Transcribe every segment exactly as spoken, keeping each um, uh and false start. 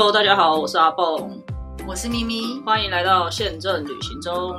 Hello， 大家好，我是阿蹦， 我是咪咪， 欢迎来到宪政旅行中。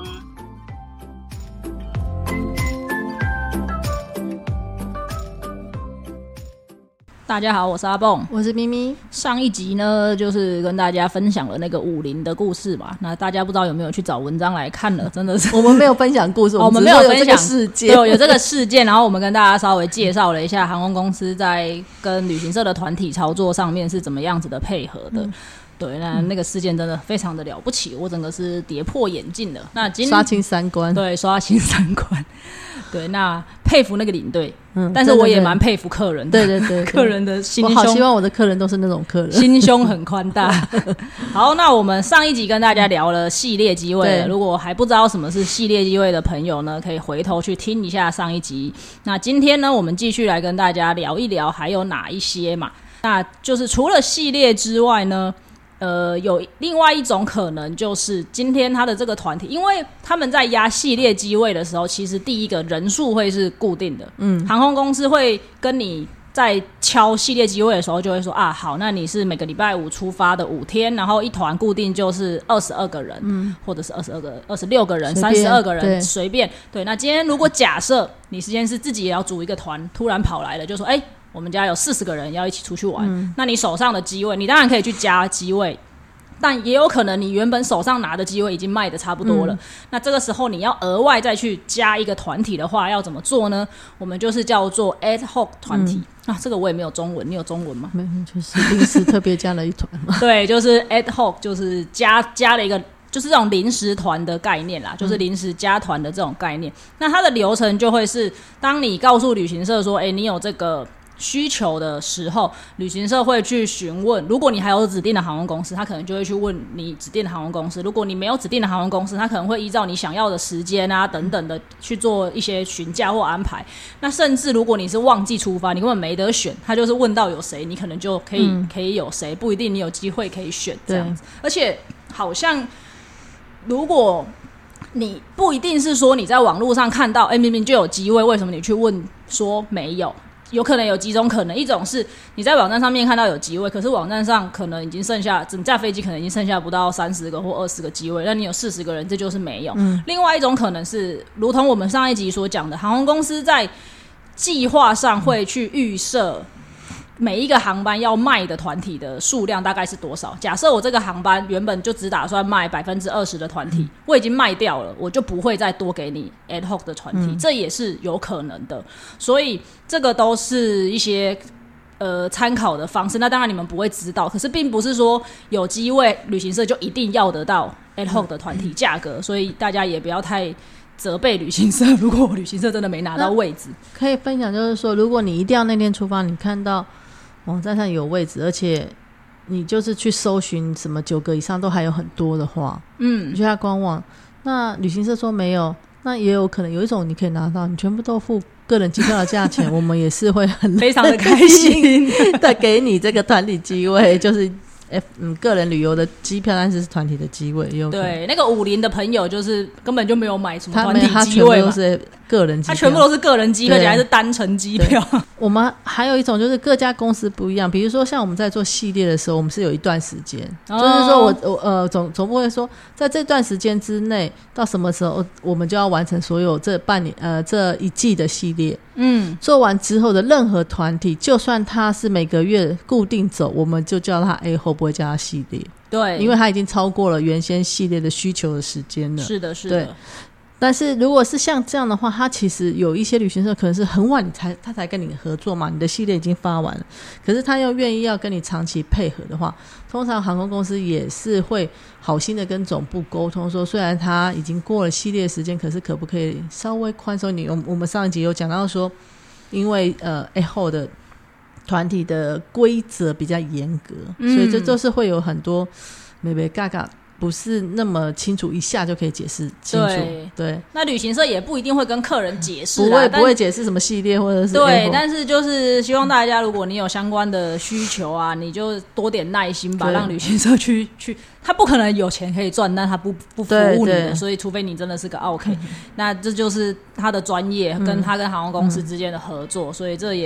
大家好，我是阿蹦， 我是咪咪。 上一集呢，就是跟大家分享了那个武林的故事嘛。那大家不知道有没有去找文章来看了？真的是我们没有分享故事， 我们没有没有分享这个事件， 对，有这个事件。然后我们跟大家稍微介绍了一下航空公司在跟旅行社的团体操作上面是怎么样子的配合的。嗯对，那那个事件真的非常的了不起，我整个是跌破眼镜的。那今刷新三观， 对，刷新三观。对，那佩服那个领队， 嗯， 但是我也蛮佩服客人的， 对对 对, 对， 客人的心胸， 我好希望我的客人都是那种客人， 心胸很宽大。好，那我们上一集跟大家聊了系列机位了，如果还不知道什么是系列机位的朋友呢，可以回头去听一下上一集。那今天呢，我们继续来跟大家聊一聊还有哪一些嘛？那就是除了系列之外呢，呃，有另外一种可能，就是今天他的这个团体，因为他们在压系列机位的时候，其实第一个人数会是固定的，嗯，航空公司会跟你在敲系列机位的时候就会说啊，好，那你是每个礼拜五出发的五天，然后一团固定就是二十二个人，嗯，或者是二十二个、二十六个人、三十二个人，随便。对，那今天如果假设你今天是自己也要组一个团，突然跑来了，就说，哎、欸。我们家有四十个人要一起出去玩，嗯，那你手上的机位，你当然可以去加机位，但也有可能你原本手上拿的机位已经卖的差不多了，嗯，那这个时候你要额外再去加一个团体的话，要怎么做呢？我们就是叫做 ad hoc 团体，嗯，啊，这个我也没有中文，你有中文吗？ 没有，就是临时特别加了一团嘛。 对，就是 ad hoc， 就是加加了一个。就是这种临时团的概念啦，就是临时加团的这种概念，嗯，那它的流程就会是当你告诉旅行社说，欸，你有这个需求的时候，旅行社会去询问，如果你还有指定的航空公司，他可能就会去问你指定的航空公司，如果你没有指定的航空公司，他可能会依照你想要的时间啊等等的去做一些询价或安排。那甚至如果你是旺季出发，你根本没得选，他就是问到有谁，你可能就可以，嗯，可以有谁，不一定你有机会可以选这样子。而且好像如果你不一定是说你在网络上看到，哎，明明就有机位，为什么你去问说没有？有可能有几种可能，一种是你在网站上面看到有机位，可是网站上可能已经剩下整架飞机可能已经剩下不到三十个或二十个机位，那你有四十个人，这就是没有。嗯，另外一种可能是，如同我们上一集所讲的，航空公司在计划上会去预设每一个航班要卖的团体的数量大概是多少？假设我这个航班原本就只打算卖百分之二十的团体，嗯，我已经卖掉了，我就不会再多给你 ad hoc 的团体，嗯，这也是有可能的。所以这个都是一些呃参考的方式。那当然你们不会知道，可是并不是说有机会旅行社就一定要得到 ad hoc 的团体价格，嗯，所以大家也不要太责备旅行社，如果旅行社真的没拿到位置。 可以分享就是说，如果你一定要那天出发，你看到网站上有位置，而且你就是去搜寻什么九个以上都还有很多的话，嗯，你去他官网，那旅行社说没有，那也有可能有一种你可以拿到，你全部都付个人机票的价钱，我们也是会很非常的开心的给你这个团体机位，就是F, 嗯，个人旅游的机票，但是是团体的机位。 对，那个武林的朋友就是根本就没有买什么团体机位嘛， 他全部都是个人机票， 他全部都是个人机票，而且还是单程机票。 我们还有一种就是各家公司不一样，比如说像我们在做系列的时候，我们是有一段时间，哦，就是说我我呃总总不会说在这段时间之内到什么时候我们就要完成所有这半年呃这一季的系列。嗯，做完之后的任何团体，就算他是每个月固定走，我们就叫他 A 后，不会叫他系列。 对， 因为他已经超过了原先系列的需求的时间了。 是的，是的。 对，但是如果是像这样的话，他其实有一些旅行社可能是很晚你才他才跟你合作嘛，你的系列已经发完了，可是他又愿意要跟你长期配合的话，通常航空公司也是会好心的跟总部沟通说，虽然他已经过了系列时间，可是可不可以稍微宽松你？我们上一集有讲到说，因为呃 A 后的团体的规则比较严格，嗯，所以这都是会有很多眉眉角角不是那么清楚一下就可以解释清楚。 对, 对， 那旅行社也不一定会跟客人解释， 不会不会解释什么系列或者是对, 对，但是就是希望大家如果你有相关的需求啊，你就多点耐心吧，让旅行社去去，他不可能有钱可以赚，但他不不服务你的，所以除非你真的是个 OK， 那这就是他的专业跟他跟航空公司之间的合作，嗯，所以这也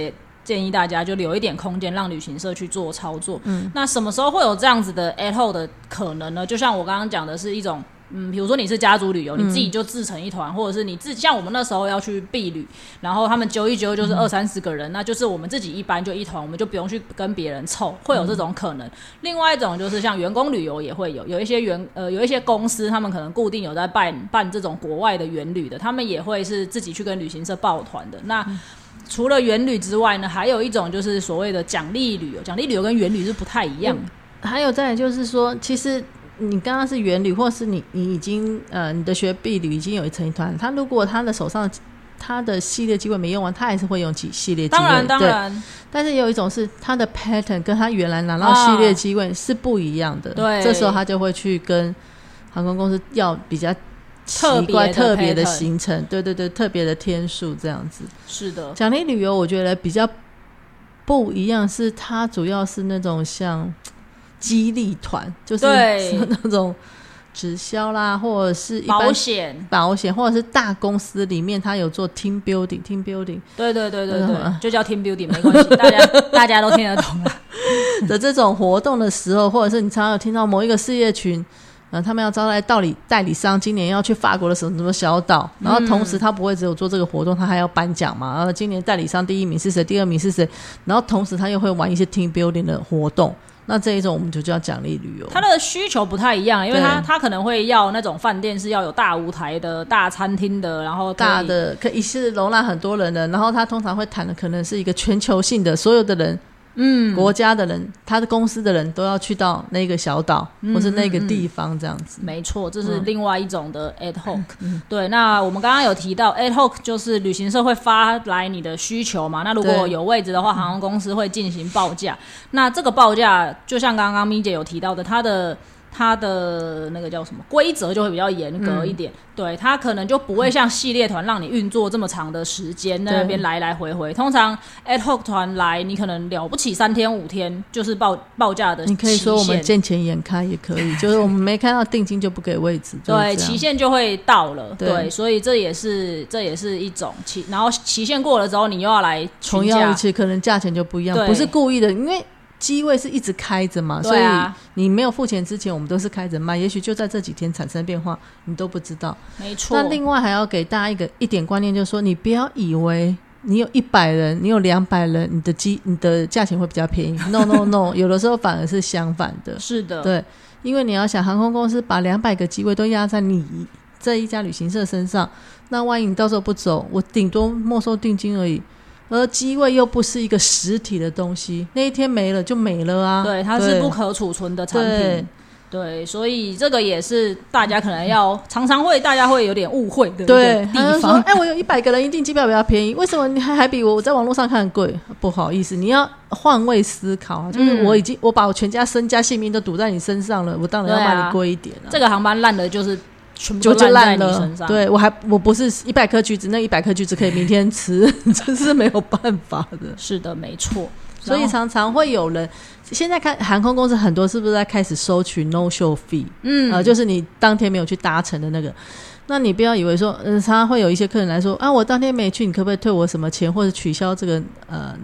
建议大家就留一点空间让旅行社去做操作。嗯，那什么时候会有这样子的 ad hoc 的可能呢？就像我刚刚讲的是一种嗯，比如说你是家族旅游，你自己就自成一团、嗯，或者是你自像我们那时候要去避旅，然后他们揪一揪就是二三十个人、嗯，那就是我们自己一班就一团，我们就不用去跟别人凑，会有这种可能、嗯。另外一种就是像员工旅游也会有，有一些员呃有一些公司他们可能固定有在办办这种国外的员旅的，他们也会是自己去跟旅行社报团的。那、嗯除了员旅之外呢，还有一种就是所谓的奖励旅游，奖励旅游跟员旅是不太一样的、 嗯、还有再来就是说，其实你刚刚是员旅，或是你你已经呃你的学毕旅已经有一成一团，他如果他的手上他的系列机会没用完，他还是会用几系列机会， 当然当然， 但是也有一种是他的 pattern 跟他原来拿到系列机会是不一样的、啊、对，这时候他就会去跟航空公司要比较奇怪特别的行程，对对对，特别的天数这样子。 是的， 奖励旅游我觉得比较不一样，是它主要是那种像激励团，就是那种直销啦，或者是一般保险保险，或者是大公司里面它有做 team building team building， 对对对对对、嗯、就叫 team building 没关系，大家大家都听得懂了的这种活动的时候，或者是你常常有听到某一个事业群呃、他们要招来代理代理商，今年要去法国的什么什么小岛，然后同时他不会只有做这个活动，他还要颁奖嘛，然后今年代理商第一名是谁，第二名是谁，然后同时他又会玩一些 team building 的活动，那这一种我们就叫奖励旅游。 他的需求不太一样，因为他他可能会要那种饭店是要有大舞台的大餐厅的，然后大的可以是容纳很多人的，然后他通常会谈的可能是一个全球性的，所有的人嗯，国家的人，他的公司的人都要去到那个小岛、嗯、或是那个地方这样子。 没错，这是另外一种的 ad hoc、嗯、对，那我们刚刚有提到 ad hoc 就是旅行社会发来你的需求嘛，那如果有位置的话，航空公司会进行报价、嗯、那这个报价就像刚刚咪姐有提到的，它的它的那个叫什么规则就会比较严格一点、嗯、对，它可能就不会像系列团让你运作这么长的时间在那边来来回回，通常 ad hoc 团来你可能了不起三天五天就是报报价的期限， 你可以说我们见钱眼开也可以就是我们没看到定金就不给位置对，期限就会到了 对, 对，所以这也是这也是一种期，然后期限过了之后你又要来重要一次，可能价钱就不一样，不是故意的，因为机位是一直开着嘛、啊、所以你没有付钱之前我们都是开着卖，也许就在这几天产生变化你都不知道。 没错， 那另外还要给大家一个一点观念，就是说你不要以为你有一百人你有两百人你的机你的价钱会比较便宜no no no 有的时候反而是相反的。 是的， 对，因为你要想航空公司把两百个机位都压在你这一家旅行社身上，那万一你到时候不走，我顶多没收定金而已，而机位又不是一个实体的东西，那一天没了就没了啊。 对，它是不可储存的产品。对，对，所以这个也是大家可能要常常会大家会有点误会的一个地方。 哎、欸，我有一百个人一定机票比较便宜，为什么你还还比我在网络上看很贵？不好意思，你要换位思考啊，就是我已经、嗯、我把我全家身家性命都赌在你身上了，我当然要卖你贵一点啊。 这个航班烂的就是全部都烂在你身上， 对，我还我不是一百颗橘子，那一百颗橘子可以明天吃这是没有办法的。 是的，没错， 所以常常会有人现在看航空公司很多是不是在开始收取 no show fee， 嗯、呃，就是你当天没有去搭乘的那个，那你不要以为说嗯、呃，常常会有一些客人来说啊，我当天没去，你可不可以退我什么钱，或者取消这个呃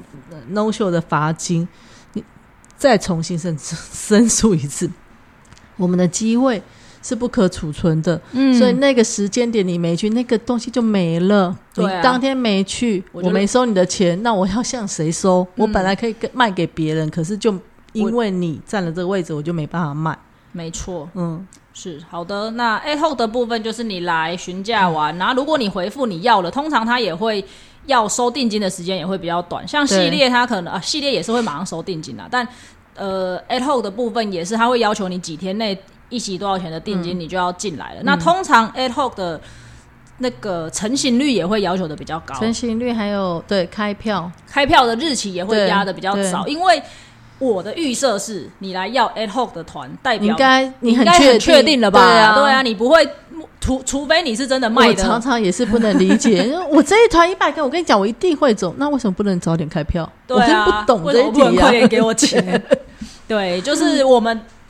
no show 的罚金，你再重新申申诉一次，我们的机会是不可储存的、嗯、所以那个时间点你没去，那个东西就没了、对啊、你当天没去 我, 我没收你的钱，那我要向谁收、嗯、我本来可以卖给别人，可是就因为你占了这个位置，我就没办法卖。 没错，嗯，是好的。那 ad hoc 的部分就是你来询价完、嗯、然后如果你回复你要了，通常他也会要收定金的时间也会比较短，像系列他可能、啊、系列也是会马上收定金啦，但呃 ad hoc 的部分也是他会要求你几天内一期多少钱的定金你就要进来了、嗯、那通常 ad hoc 的那个成行率也会要求的比较高， 成行率还有对开票开票的日期也会压的比较早，因为我的预设是你来要 ad hoc 的团代表你应该你很确定了吧？对啊，对啊，你不会除除非你是真的卖的。 我常常也是不能理解我这一团一百个我跟你讲我一定会走，那为什么不能早点开票？ 对啊， 我真不懂这一题啊， 为什么不能快点给我钱对，就是我们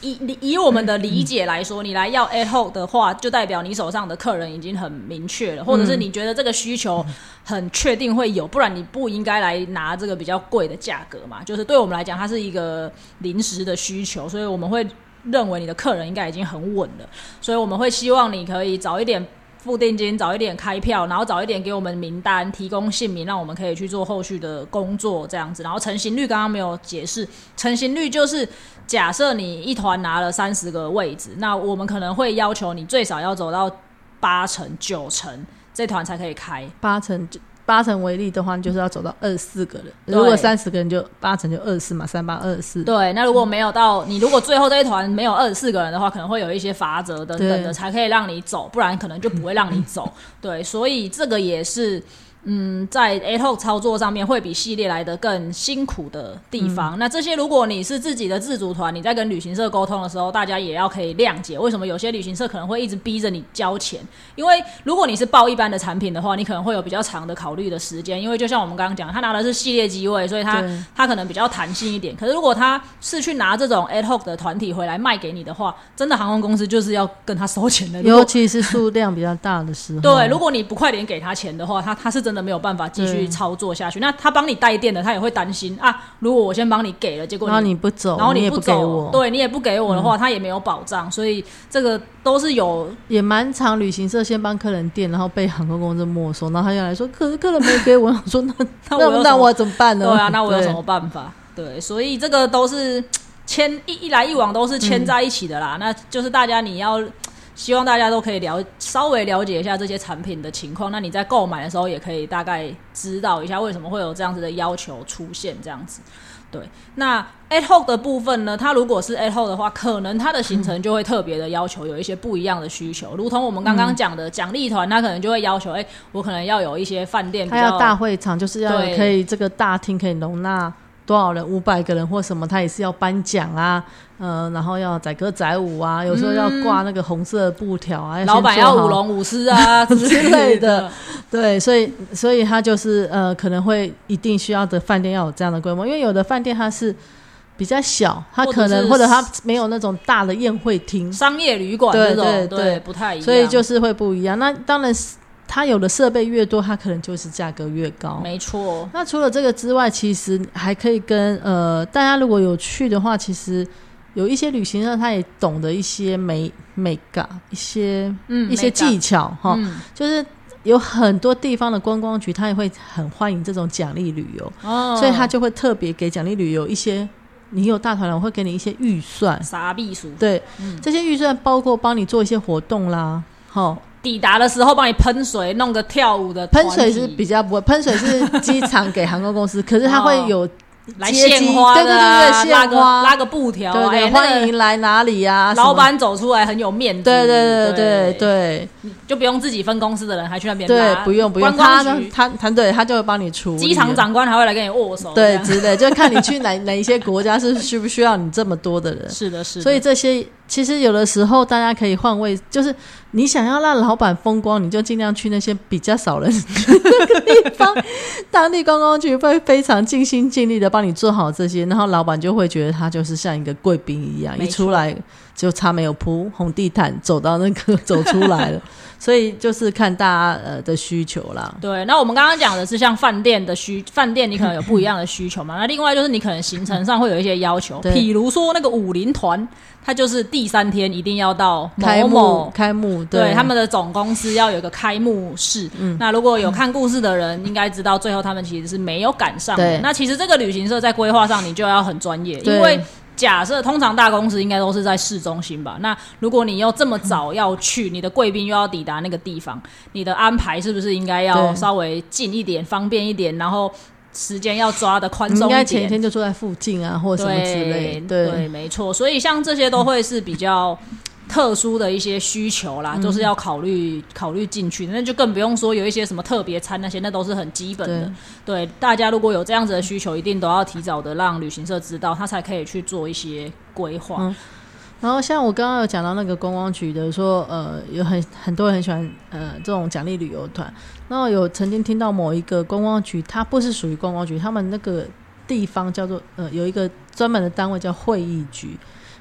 以以我们的理解来说，你来要 ad hoc 的话，就代表你手上的客人已经很明确了，或者是你觉得这个需求很确定会有，不然你不应该来拿这个比较贵的价格嘛。就是对我们来讲，它是一个临时的需求，所以我们会认为你的客人应该已经很稳了，所以我们会希望你可以早一点付定金，早一点开票，然后早一点给我们名单，提供姓名，让我们可以去做后续的工作这样子。然后成型率刚刚没有解释，成型率就是假设你一团拿了三十个位置，那我们可能会要求你最少要走到八成九成这团才可以开。 八成八成为例的话，就是要走到二十四个人。如果三十个人就八成就二十四嘛，三八二十四。 对，那如果没有到你如果最后这一团没有二十四个人的话，可能会有一些法则等等的才可以让你走，不然可能就不会让你走。对，所以这个也是嗯，在 ad hoc 操作上面会比系列来的更辛苦的地方、嗯、那这些如果你是自己的自主团，你在跟旅行社沟通的时候，大家也要可以谅解为什么有些旅行社可能会一直逼着你交钱，因为如果你是报一般的产品的话，你可能会有比较长的考虑的时间，因为就像我们刚刚讲，他拿的是系列机位，所以他他可能比较弹性一点，可是如果他是去拿这种 ad hoc 的团体回来卖给你的话，真的航空公司就是要跟他收钱的， 尤其是数量比较大的时候对，如果你不快点给他钱的话，他他是真的没有办法继续操作下去，那他帮你带电的他也会担心啊，如果我先帮你给了，结果 你, 然后你不走， 然后你不走， 你也不给我，对，你也不给我的话、嗯、他也没有保障，所以这个都是有也蛮常旅行社先帮客人垫，然后被航空公司没收，然后他就来说可是客人没给我我说 那, 那, 我那我怎么办呢？ 对啊，那我有什么办法？ 对, 对，所以这个都是牵 一, 一来一往都是牵在一起的啦、嗯、那就是大家你要希望大家都可以了稍微了解一下这些产品的情况，那你在购买的时候也可以大概知道一下为什么会有这样子的要求出现这样子。对，那 ad hoc 的部分呢，它如果是 ad hoc 的话，可能它的行程就会特别的要求有一些不一样的需求，如同我们刚刚讲的奖励团，它可能就会要求哎、欸，我可能要有一些饭店比较， 它要大会场，就是要可以这个大厅可以容纳多少人，五百个人或什么，他也是要颁奖啊，呃，然后要载歌载舞啊，有时候要挂那个红色的布条啊， 嗯、老板要舞龙舞狮啊之类的， 对，所以所以他就是呃，可能会一定需要的饭店要有这样的规模，因为有的饭店它是比较小，它可能或者它没有那种大的宴会厅， 商业旅馆这种，对对 对, 对，不太一样， 所以就是会不一样。那当然是。它有的设备越多，它可能就是价格越高。 没错。那除了这个之外，其实还可以跟呃大家如果有去的话，其实有一些旅行社他也懂得一些美美感，一些、嗯、一些技巧哈、嗯，就是有很多地方的观光局，他也会很欢迎这种奖励旅游，哦，所以他就会特别给奖励旅游一些。你有大团了，我会给你一些预算， 啥秘书？ 对、嗯，这些预算包括帮你做一些活动啦，齁。 抵达的时候帮你喷水，弄个跳舞的喷水是比较不会，喷水是机场给航空公司，可是它会有来献花的、啊， 对对对，献花拉个布条、啊， 对对、欸，欢迎来哪里啊？ 老板走出来很有面子， 对对对对对， 就不用自己分公司的人还去那边拉， 对，不用不用，他他团队他就会帮你处理， 机场长官还会来跟你握手， 对，之类，就看你去哪哪一些国家是需不需要你这么多的人， 是的，是的， 所以这些其实有的时候大家可以换位，就是你想要让老板风光，你就尽量去那些比较少人去那个地方，当地观光局会非常尽心尽力的帮你做好这些，然后老板就会觉得他就是像一个贵宾一样，一出来就差没有铺红地毯走到那个走出来了。所以就是看大家呃的需求啦。 对，那我们刚刚讲的是像饭店的需，饭店你可能有不一样的需求嘛。那另外就是你可能行程上会有一些要求，比如说那个武林团，它就是第三天一定要到某某开幕，开幕 对, 对他们的总公司要有一个开幕式。嗯，那如果有看故事的人，应该知道最后他们其实是没有赶上的。那其实这个旅行社在规划上你就要很专业，因为假设通常大公司应该都是在市中心吧，那如果你又这么早要去，你的贵宾又要抵达那个地方，你的安排是不是应该要稍微近一点方便一点，然后时间要抓的宽松一点， 应该前一天就坐在附近啊或者什么之类的。 对, 对没错，所以像这些都会是比较特殊的一些需求啦，都、嗯、是要考虑考虑进去的，那就更不用说有一些什么特别餐那些，那都是很基本的。 对, 对，大家如果有这样子的需求，一定都要提早的让旅行社知道，他才可以去做一些规划。嗯， 然后像我刚刚有讲到那个观光局的说，呃，有很很多人很喜欢呃这种奖励旅游团，然后有曾经听到某一个观光局，它不是属于观光局，他们那个地方叫做呃有一个专门的单位叫会议局。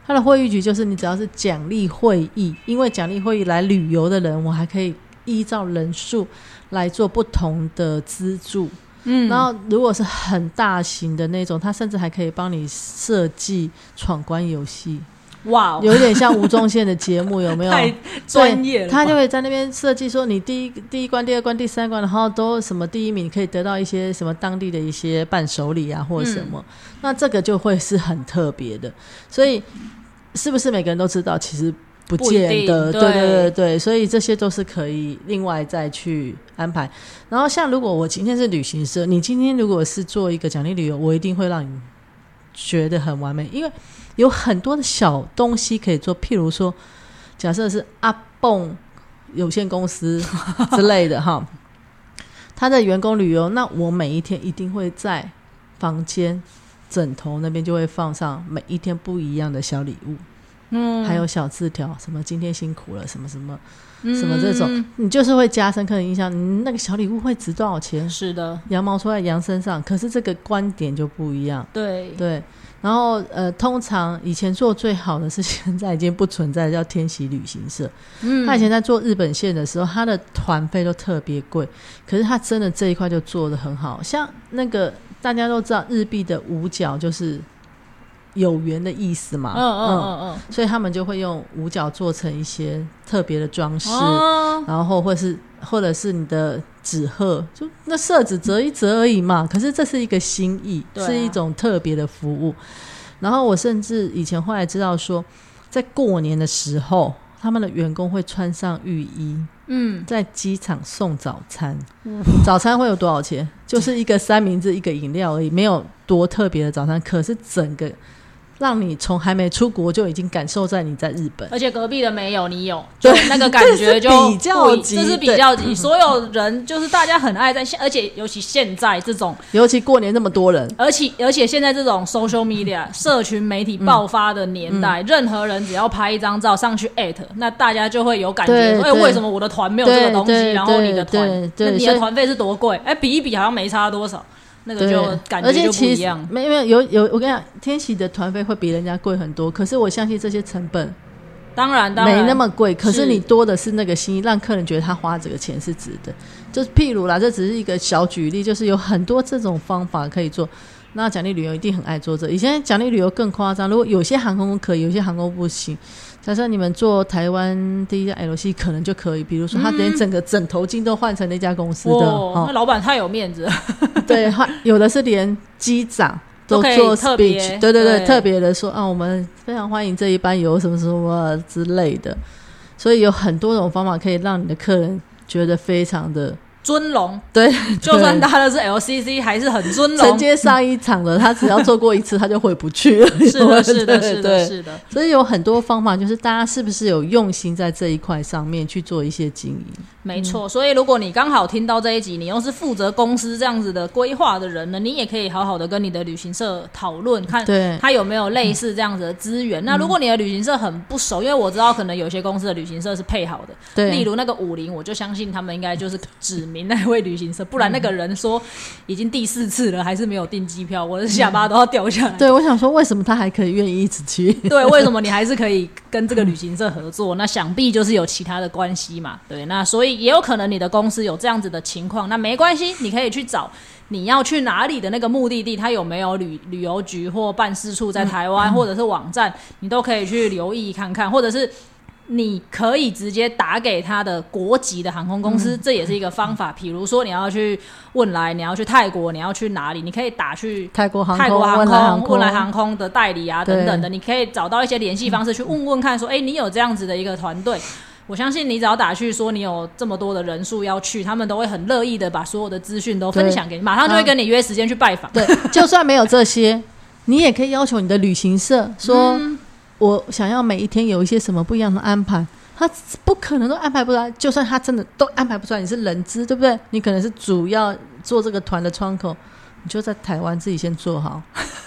它的会议局就是你只要是奖励会议，因为奖励会议来旅游的人，我还可以依照人数来做不同的资助。嗯，然后如果是很大型的那种，他甚至还可以帮你设计闯关游戏。 哇、wow ， 有点像吴宗宪的节目，有没有？ 太专业了， 他就会在那边设计说，你第一第一关、第二关、第三关，然后都什么第一名，你可以得到一些什么当地的一些伴手礼啊，或者什么、嗯。那这个就会是很特别的，所以是不是每个人都知道？其实不见得，对对对对，所以这些都是可以另外再去安排。然后像如果我今天是旅行社，你今天如果是做一个奖励旅游，我一定会让你觉得很完美，因为有很多的小东西可以做，譬如说假设是阿蹦有限公司之类的哈，他的员工旅游，那我每一天一定会在房间枕头那边就会放上每一天不一样的小礼物，嗯，还有小字条，什么今天辛苦了，什么什么什么这种、嗯、你就是会加深刻的印象，你那个小礼物会值多少钱？是的，羊毛出在羊身上，可是这个观点就不一样。对对，然后呃，通常以前做最好的是现在已经不存在，叫天喜旅行社。嗯，他以前在做日本线的时候，他的团费都特别贵，可是他真的这一块就做得很好。像那个大家都知道日币的五角就是有缘的意思嘛，嗯嗯嗯嗯，所以他们就会用五角做成一些特别的装饰、哦、然后或是或者是你的纸鹤，就那色纸折一折而已嘛，可是这是一个心意、啊、是一种特别的服务。然后我甚至以前后来知道说，在过年的时候他们的员工会穿上浴衣，嗯，在机场送早餐、嗯、早餐会有多少钱？就是一个三明治一个饮料而已，没有多特别的早餐，可是整个让你从还没出国就已经感受在你在日本， 而且隔壁的没有你有，就那个感觉就比较级， 这是比较级，所有人就是大家很爱在，而且尤其现在这种， 尤其过年那么多人， 而且而且现在这种 social media 社群媒体爆发的年代、嗯、任何人只要拍一张照上去 at， 那大家就会有感觉说，哎、欸，为什么我的团没有这个东西？然后你的团，那你的团费是多贵？哎、欸，比一比好像没差多少。那个就感觉就不一样， 没有有有，我跟你讲，天喜的团费会比人家贵很多，可是我相信这些成本当然当然没那么贵，可是你多的是那个心意，让客人觉得他花这个钱是值得。就是譬如啦，这只是一个小举例，就是有很多这种方法可以做。那奖励旅游一定很爱做这，以前奖励旅游更夸张，如果有些航空可以，有些航空不行。假设你们做台湾第一家 L C 可能就可以，比如说他连整个枕头巾都换成那家公司的、 哦哦、那老板太有面子了对，有的是连机长都做 speech， 对对对，特别的说啊，我们非常欢迎这一班游什么什么之类的，所以有很多种方法可以让你的客人觉得非常的尊荣， 对， 就算搭的是 L C C 还是很尊荣。 承接上一场的他只要做过一次他就回不去了是的是的是的是的， 所以有很多方法，就是大家是不是有用心在这一块上面去做一些经营。 没错、嗯、所以如果你刚好听到这一集，你又是负责公司这样子的规划的人呢，你也可以好好的跟你的旅行社讨论，看他有没有类似这样子的资源、嗯、那如果你的旅行社很不熟，因为我知道可能有些公司的旅行社是配好的，对，例如那个五菱，我就相信他们应该就是指明那位旅行社，不然那个人说已经第四次了还是没有订机票，我的下巴都要掉下来、嗯、 对，我想说为什么他还可以愿意一直去对，为什么你还是可以跟这个旅行社合作那想必就是有其他的关系嘛，对，那所以也有可能你的公司有这样子的情况，那没关系，你可以去找你要去哪里的那个目的地，它有没有 旅, 旅游局或办事处在台湾、嗯、或者是网站，你都可以去留意看看，或者是你可以直接打给他的国籍的航空公司、嗯、这也是一个方法。比如说你要去汶莱，你要去泰国，你要去哪里，你可以打去泰国航空、 泰国航空、汶莱航空的代理啊等等的，你可以找到一些联系方式去问问看说，哎、欸，你有这样子的一个团队，我相信你只要打去说你有这么多的人数要去，他们都会很乐意的把所有的资讯都分享给你，马上就会跟你约时间去拜访。 对，就算没有这些你也可以要求你的旅行社说、嗯、我想要每一天有一些什么不一样的安排，他不可能都安排不出来，就算他真的都安排不出来，你是人资对不对？你可能是主要做这个团的窗口，你就在台湾自己先做好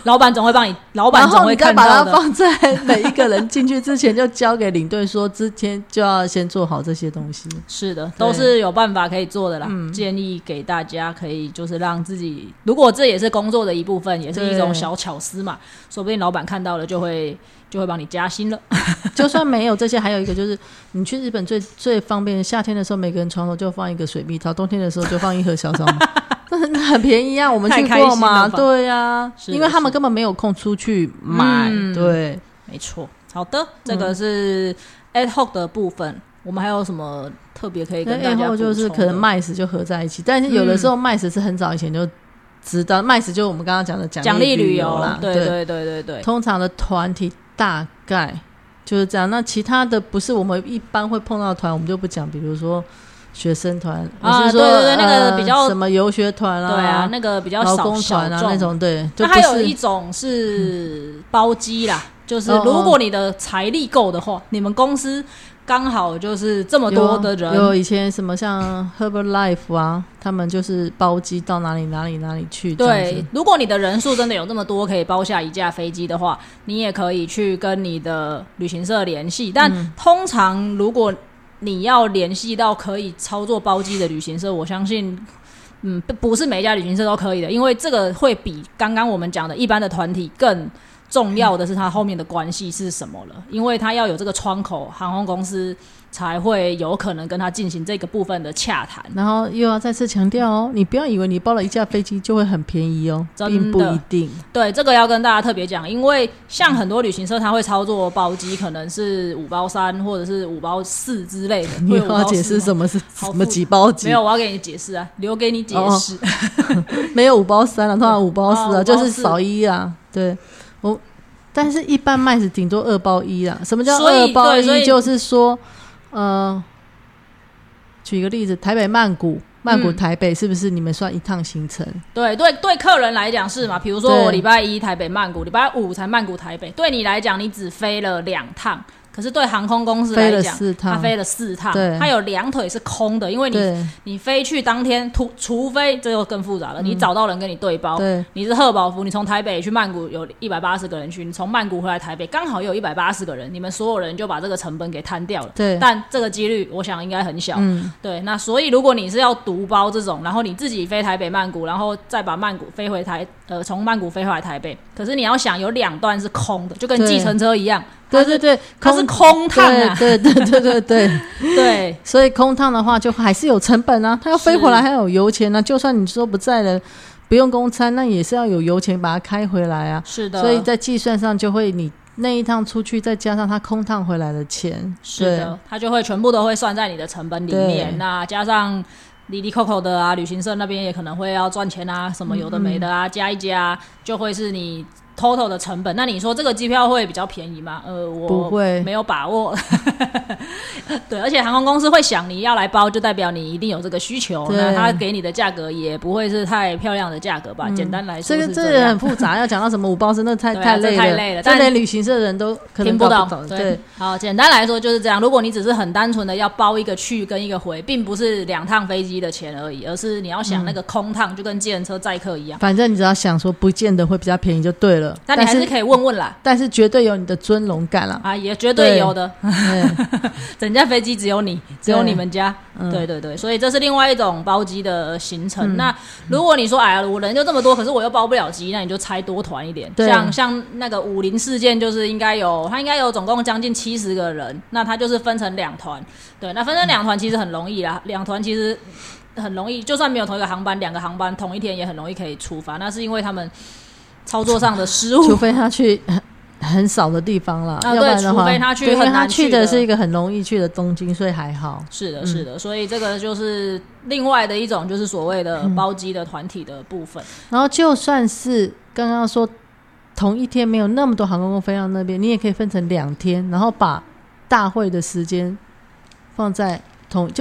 老板总会帮你，老板总会看到的。 然后你再把它放在每一个人进去之前，就交给领队说，之前就要先做好这些东西。 是的，都是有办法可以做的啦。嗯、建议给大家可以就是让自己，如果这也是工作的一部分，也是一种小巧思嘛，说不定老板看到了就会就会帮你加薪了。 就算没有这些，还有一个就是你去日本最最方便，夏天的时候每个人床头就放一个水蜜桃，冬天的时候就放一盒小烧麦。很便宜啊，我们去过嘛，对啊，因为他们根本没有空出去买、嗯、对， 没错。好的，这个是 ad hoc 的部分，我们还有什么特别可以跟大家补充的？ 就是可能 M I C E 就合在一起，但是有的时候 M I C E 是很早以前就知道、嗯、M I C E 就是我们刚刚讲的奖励旅游啦， 对对对对对， 通常的团体大概就是这样，那其他的不是我们一般会碰到的团我们就不讲，比如说学生团啊，对对对，那个比较、 呃、什么游学团啊， 对啊，那个比较少， 劳工团啊那种，对。 那还有一种是包机啦、嗯，就是如果你的财力够的话，哦哦你们公司刚好就是这么多的人， 有, 有以前什么像 Herbalife 啊，他们就是包机到哪里哪里哪里去。 对，如果你的人数真的有这么多，可以包下一架飞机的话，你也可以去跟你的旅行社联系。但、嗯、通常如果你要联系到可以操作包机的旅行社，我相信嗯，不是每一家旅行社都可以的，因为这个会比刚刚我们讲的一般的团体更重要的是它后面的关系是什么了，因为它要有这个窗口，航空公司才会有可能跟他进行这个部分的洽谈。 然后又要再次强调哦，你不要以为你包了一架飞机就会很便宜哦，并不一定。 对，这个要跟大家特别讲，因为像很多旅行社他会操作包机，可能是五包三或者是五包四之类的。 你要解释什么是什么几包几？ 没有，我要给你解释啊，留给你解释。 哦、没有五包三啊，通常五包四啊、哦，就是少一啊。对，我但是一般卖是顶多二包一啊。什么叫二包一？就是说。呃，举一个例子，台北曼谷，曼谷台北是不是你们算一趟行程？ 嗯、对对对，客人来讲是嘛？比如说我礼拜一台北曼谷，礼拜五才曼谷台北，对你来讲你只飞了两趟。可是对航空公司来讲，他飞了四趟，他有两腿是空的，因为你你飞去当天，除非这就更复杂了，嗯、你找到人跟你对包，对，你是贺宝福，你从台北去曼谷有一百八十个人去，你从曼谷回来台北刚好有一百八十个人，你们所有人就把这个成本给摊掉了，对，但这个几率我想应该很小，嗯，对，那所以如果你是要独包这种，然后你自己飞台北曼谷，然后再把曼谷飞回台，呃，从曼谷飞回来台北，可是你要想有两段是空的，就跟计程车一样。 对对对， 它是空趟啊！ 对对对对对对对， 所以空趟的话就还是有成本啊，它要飞回来还有油钱啊。就算你说不在了，不用公餐，那也是要有油钱把它开回来啊。 是的， 所以在计算上就会你那一趟出去，再加上它空趟回来的钱， 是的，它就会全部都会算在你的成本里面。那加上哩哩扣扣的啊，旅行社那边也可能会要赚钱啊，什么有的没的啊，嗯、加一加就会是你total 的成本。那你说这个机票会比较便宜吗？呃，我不会， 没有把握。对，而且航空公司会想你要来包，就代表你一定有这个需求，那他给你的价格也不会是太漂亮的价格吧？嗯、简单来说是这样， 这个这个很复杂，要讲到什么五包真的太、啊、太累了， 太累了， 这连旅行社的人都可能听不懂。 对， 对，好，简单来说就是这样。如果你只是很单纯的要包一个去跟一个回，并不是两趟飞机的钱而已，而是你要想那个空趟就跟计程车载客一样。 反正你只要想说不见得会比较便宜就对了， 但你还是可以问问啦。 但是绝对有你的尊荣感啦， 啊，也绝对有的。整架飞机只有你，只有你们家。对、嗯、对对对，所以这是另外一种包机的行程。嗯、那如果你说哎呀，我人就这么多，可是我又包不了机，那你就拆多团一点。像像那个武林事件，就是应该有，它应该有总共将近七十个人，那它就是分成两团。对，那分成两团其实很容易啦，两团其实很容易，就算没有同一个航班，两个航班同一天也很容易可以出发。那是因为他们操作上的失误， 除非他去很少的地方啦， 啊， 要不然的话， 对，除非他去很难去的，去的是一个很容易去的东京，所以还好。 是的，是的，嗯、所以这个就是另外的一种，就是所谓的包机的团体的部分。 嗯、然后就算是刚刚说同一天没有那么多航空公司飞到那边，你也可以分成两天，然后把大会的时间放在同，就是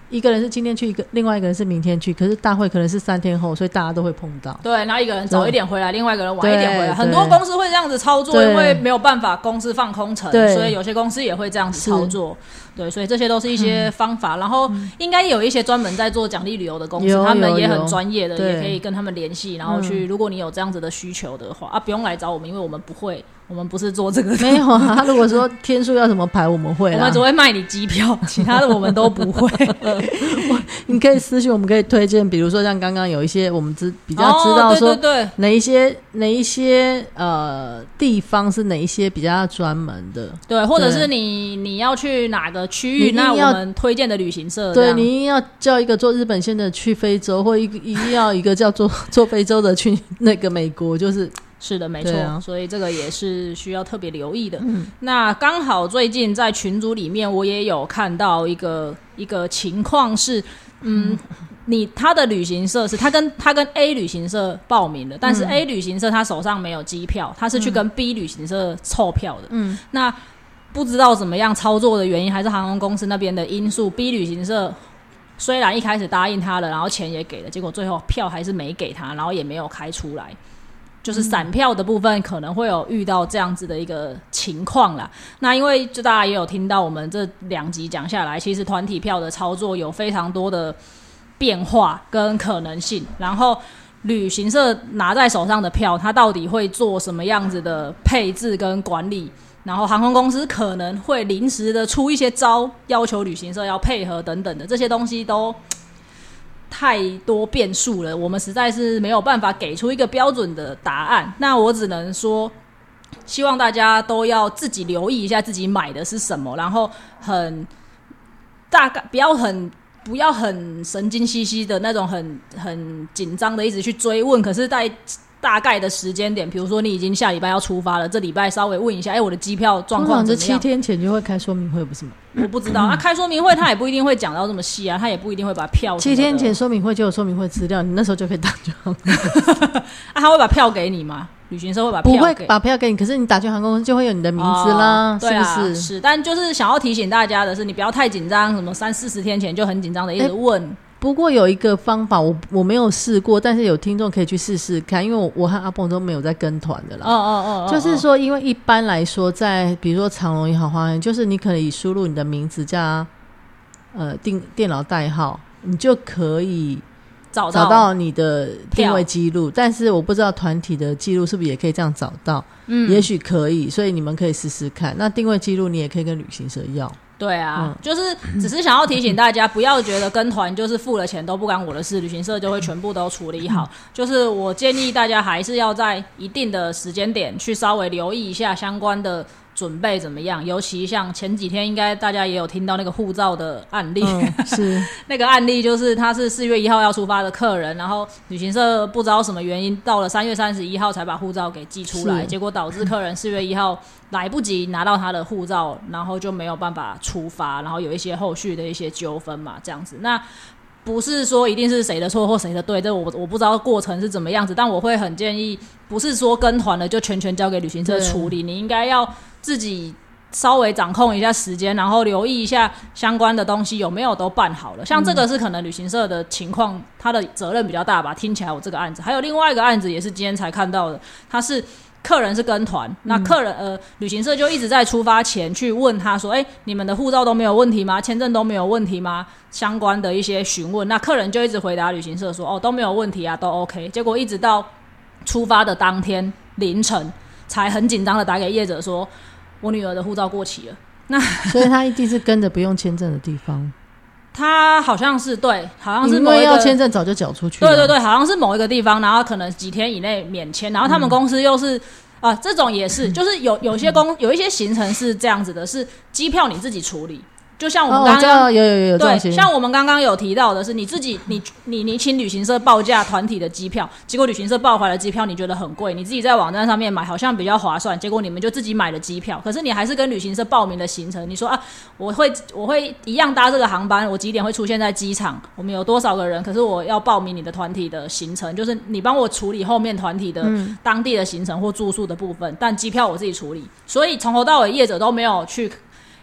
一个人是今天去，一个另外一个人是明天去，可是大会可能是三天后，所以大家都会碰到。 对，然后一个人早一点回来，另外一个人晚一点回来，很多公司会这样子操作，因为没有办法公司放空城，所以有些公司也会这样子操作。对，所以这些都是一些方法，嗯、然后应该有一些专门在做奖励旅游的公司，他们也很专业的，也可以跟他们联系，然后去、嗯，如果你有这样子的需求的话，啊，不用来找我们，因为我们不会，我们不是做这个的。 没有啊，他如果说天数要怎么排，我们会啦， 我们只会卖你机票，其他的我们都不会。 你可以私信，我们可以推荐，比如说像刚刚有一些我们知比较知道说， 哦、对对对， 哪一些哪一些呃地方是哪一些比较专门的， 对，或者是你你要去哪个区域，那我们推荐的旅行社， 对，你一定要叫一个做日本线的去非洲，或一个一定要一个叫做做非洲的去那个美国，就是是的，没错、啊，所以这个也是需要特别留意的。 嗯、 那刚好最近在群组里面，我也有看到一个一个情况是，嗯。你他的旅行社是他跟他跟 A 旅行社报名了，但是 A 旅行社他手上没有机票，他是去跟 B 旅行社凑票的。嗯，那不知道怎么样操作的原因，还是航空公司那边的因素 ，B 旅行社虽然一开始答应他了，然后钱也给了，结果最后票还是没给他，然后也没有开出来。就是散票的部分可能会有遇到这样子的一个情况啦。那因为就大家也有听到我们这两集讲下来，其实团体票的操作有非常多的变化跟可能性，然后旅行社拿在手上的票，它到底会做什么样子的配置跟管理，然后航空公司可能会临时的出一些招，要求旅行社要配合等等的，这些东西都太多变数了，我们实在是没有办法给出一个标准的答案。那我只能说希望大家都要自己留意一下自己买的是什么，然后很大概不要很不要很神经兮兮的那种，很很紧张的一直去追问，可是在大概的时间点，比如说你已经下礼拜要出发了，这礼拜稍微问一下，哎，我的机票状况怎么样？ 这七天前就会开说明会，不是吗？ 我不知道，那、啊、开说明会他也不一定会讲到这么细啊，他也不一定会把票七天前说明会就有说明会资料，你那时候就可以打就好了。 啊，他会把票给你吗？旅行社会把票给？ 不会把票给你，可是你打去航空公司就会有你的名字啦，哦、 对啊， 是不是？ 是，但就是想要提醒大家的是，你不要太紧张，什么三四十天前就很紧张的一直问。欸不过有一个方法，我我没有试过，但是有听众可以去试试看，因为我我和阿蹦都没有在跟团的啦。 哦哦哦， 就是说，因为一般来说在，在比如说长荣也好，华航，就是你可以输入你的名字加呃电电脑代号，你就可以找到找到你的定位记录。但是我不知道团体的记录是不是也可以这样找到？嗯，也许可以，所以你们可以试试看。那定位记录你也可以跟旅行社要。 对啊、嗯，就是只是想要提醒大家，不要觉得跟团就是付了钱都不干我的事，旅行社就会全部都处理好。嗯、就是我建议大家还是要在一定的时间点去稍微留意一下相关的准备怎么样，尤其像前几天应该大家也有听到那个护照的案例、 嗯、是那个案例就是他是四月一号要出发的客人，然后旅行社不知道什么原因到了三月三十一号才把护照给寄出来，结果导致客人四月一号来不及拿到他的护照，然后就没有办法出发，然后有一些后续的一些纠纷嘛，这样子。那不是说一定是谁的错或谁的对，这我我不知道过程是怎么样子，但我会很建议，不是说跟团了就全权交给旅行社处理，你应该要自己稍微掌控一下时间，然后留意一下相关的东西有没有都办好了。像这个是可能旅行社的情况，他的责任比较大吧，听起来有这个案子。还有另外一个案子也是今天才看到的，他是客人是跟团，那客人呃，旅行社就一直在出发前去问他说，哎、欸，你们的护照都没有问题吗？签证都没有问题吗？相关的一些询问，那客人就一直回答旅行社说，哦，都没有问题啊，都 OK。结果一直到出发的当天凌晨，才很紧张的打给业者说，我女儿的护照过期了。那所以他一定是跟着不用签证的地方。 他好像是对，好像是某一个因为要签证早就缴出去了。 对对对，好像是某一个地方，然后可能几天以内免签，然后他们公司又是、嗯、啊，这种也是，就是有有些公有一些行程是这样子的，是机票你自己处理。就像我们刚刚、 哦、有有有对，像我们刚刚有提到的是，你自己你你你请旅行社报价团体的机票，结果旅行社报回来的机票你觉得很贵，你自己在网站上面买好像比较划算，结果你们就自己买了机票，可是你还是跟旅行社报名的行程，你说啊，我会我会一样搭这个航班，我几点会出现在机场，我们有多少个人，可是我要报名你的团体的行程，就是你帮我处理后面团体的当地的行程或住宿的部分，但机票我自己处理，所以从头到尾业者都没有去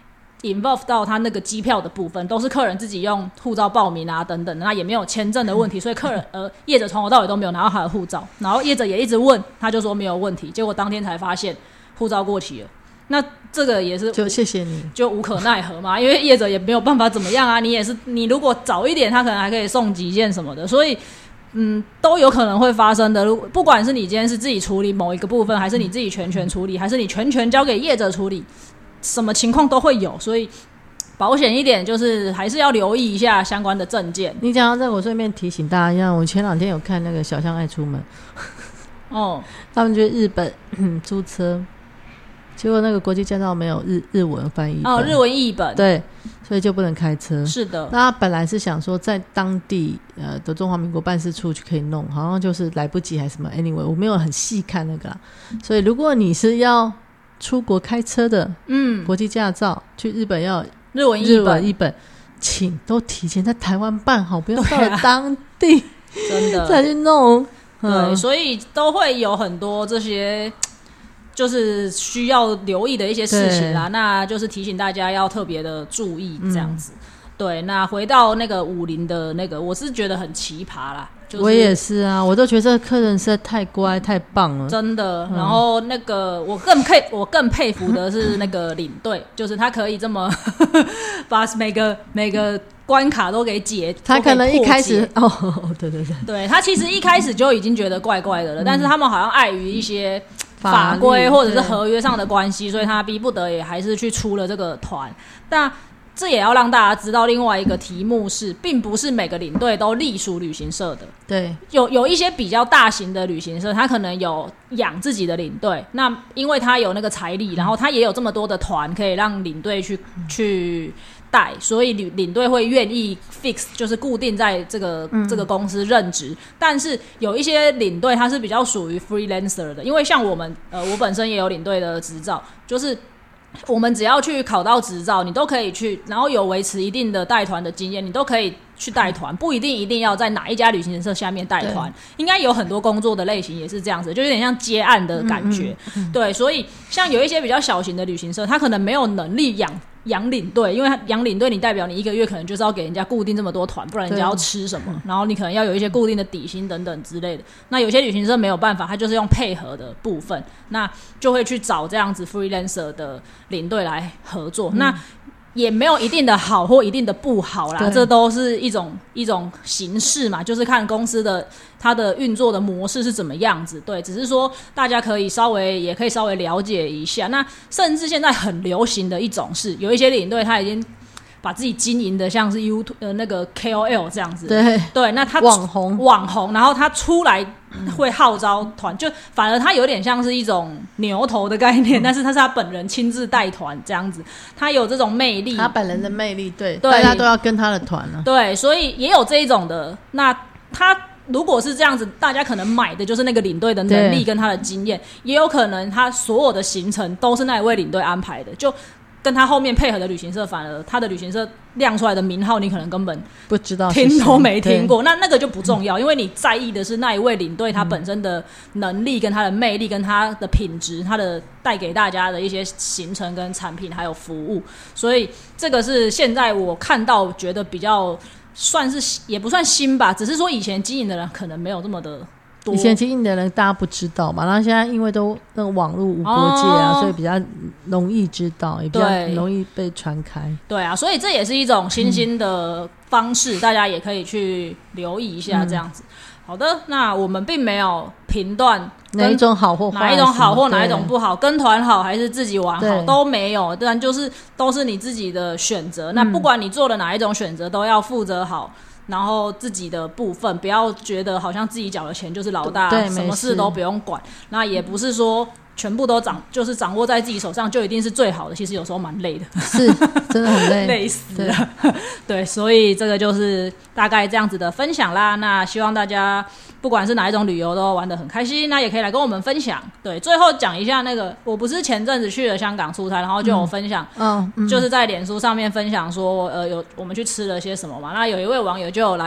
involve 到他那个机票的部分，都是客人自己用护照报名啊等等的，那也没有签证的问题，所以客人呃业者从头到尾都没有拿到他的护照，然后业者也一直问，他就说没有问题，结果当天才发现护照过期了。那这个也是就谢谢你， 就无可奈何嘛，因为业者也没有办法怎么样啊，你也是你如果早一点，他可能还可以送急件什么的，所以嗯都有可能会发生的。如果不管是你今天是自己处理某一个部分，还是你自己全权处理，还是你全权交给业者处理，什么情况都会有，所以保险一点就是还是要留意一下相关的证件。 你讲到这，我顺便提醒大家一下，我前两天有看那个小象爱出门，哦，他们去日本租车。结果那个国际驾照没有 日, 日文翻译本哦，日文译本， 对，所以就不能开车。 是的， 那他本来是想说在当地呃的中华民国办事处去可以弄，好像就是来不及还是什么 anyway 我没有很细看那个啦。所以如果你是要出国开车的，嗯，国际驾照去日本要日文译本，日文译本请都提前在台湾办好，不要到了当地、啊、 真的再去弄。 对、嗯，所以都会有很多这些就是需要留意的一些事情啦，那就是提醒大家要特别的注意这样子、嗯、对。那回到那个五菱的那个，我是觉得很奇葩啦、就是、 我也是啊，我都觉得这个客人实在太乖太棒了， 真的、嗯、然后那个我更佩我更佩服的是那个领队就是他可以这么把每个每个关卡都给解， 他可能一开始哦，对对对， 对他其实一开始就已经觉得怪怪的了、嗯、但是他们好像碍于一些法规或者是合约上的关系，所以他逼不得已还是去出了这个团。但这也要让大家知道另外一个题目是，并不是每个领队都隶属旅行社的。 对， 有有一些比较大型的旅行社，他可能有养自己的领队，那因为他有那个财力，然后他也有这么多的团可以让领队去、嗯、去带，所以领领队会愿意 fix， 就是固定在这个、嗯、这个公司任职。但是有一些领队他是比较属于 freelancer 的，因为像我们呃，我本身也有领队的执照，就是我们只要去考到执照，你都可以去，然后有维持一定的带团的经验，你都可以去带团，不一定一定要在哪一家旅行社下面带团，应该有很多工作的类型也是这样子，就有点像接案的感觉、嗯嗯嗯、对。所以像有一些比较小型的旅行社，他可能没有能力养养领队，因为养领队你代表你一个月可能就是要给人家固定这么多团，不然人家要吃什么，然后你可能要有一些固定的底薪等等之类的。那有些旅行社没有办法，他就是用配合的部分，那就会去找这样子 freelancer 的领队来合作、嗯、那也没有一定的好或一定的不好啦，这都是一种一种形式嘛，就是看公司的它的运作的模式是怎么样子。对，只是说大家可以稍微也可以稍微了解一下。那甚至现在很流行的一种是，有一些领队他已经把自己经营的像是 YouTube 呃那个 K O L 这样子， 对对，那他网红网红，然后他出来会号召团，就反而他有点像是一种牛头的概念、嗯、但是他是他本人亲自带团这样子，他有这种魅力， 他本人的魅力，对，对大家都要跟他的团了、啊， 对，所以也有这一种的。那他如果是这样子，大家可能买的就是那个领队的能力跟他的经验，也有可能他所有的行程都是那一位领队安排的，就跟他后面配合的旅行社，反而他的旅行社亮出来的名号你可能根本不知道， 听都没听过，那那个就不重要，因为你在意的是那一位领队他本身的能力跟他的魅力跟他的品质，他的带给大家的一些行程跟产品还有服务。所以这个是现在我看到觉得比较算是也不算新吧，只是说以前经营的人可能没有这么的多， 以前经营的人大家不知道嘛，然后现在因为都那个网络无国界啊、哦，所以比较容易知道，也比较容易被传开。 对啊，所以这也是一种新兴的方式、嗯、大家也可以去留意一下这样子、嗯、好的，那我们并没有评断哪一种好或坏， 哪一种好或哪一种不好，跟团好还是自己玩好都没有，但就是都是你自己的选择、嗯、那不管你做了哪一种选择都要负责好然后自己的部分，不要觉得好像自己缴的钱就是老大，什么事都不用管。那也不是说全部都掌就是掌握在自己手上就一定是最好的，其实有时候蛮累的， 是真的很累累死了。 对, 对，所以这个就是大概这样子的分享啦。那希望大家不管是哪一种旅游都玩得很开心，那也可以来跟我们分享。对，最后讲一下那个，我不是前阵子去了香港出差，然后就有分享、嗯嗯、就是在脸书上面分享说呃有我们去吃了些什么嘛，那有一位网友就有来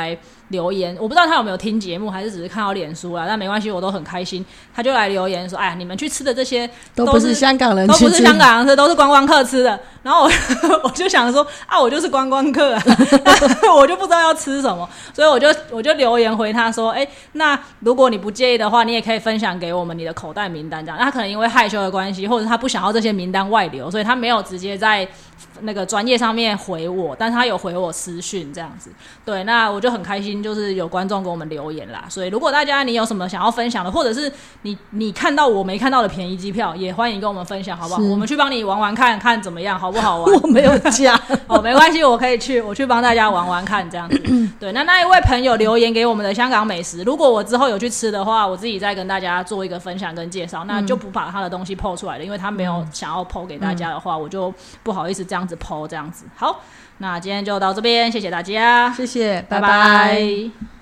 留言，我不知道他有没有听节目，还是只是看到脸书啦，但没关系，我都很开心。他就来留言说：“哎呀，你们去吃的这些都不是香港人去吃，都不是是香港人吃，都是观光客吃的。”然后我我就想说啊，我就是观光客啊，我就不知道要吃什么，所以我就我就留言回他说：“哎、欸，那如果你不介意的话，你也可以分享给我们你的口袋名单这样。”他可能因为害羞的关系，或者他不想要这些名单外流，所以他没有直接在那个专业上面回我，但是他有回我私讯这样子。对，那我就很开心，就是有观众给我们留言啦。所以如果大家你有什么想要分享的，或者是你你看到我没看到的便宜机票，也欢迎跟我们分享，好不好？我们去帮你玩玩看看怎么样，好不好玩？ 我没有加哦，没关系，我可以去，我去帮大家玩玩看这样子。对，那那一位朋友留言给我们的香港美食，如果我之后有去吃的话，我自己再跟大家做一个分享跟介绍，那就不把他的东西 po 出来了，因为他没有想要 po 给大家的话，我就不好意思这样子 po 这样子。好，那今天就到这边，谢谢大家， 谢谢，拜拜拜。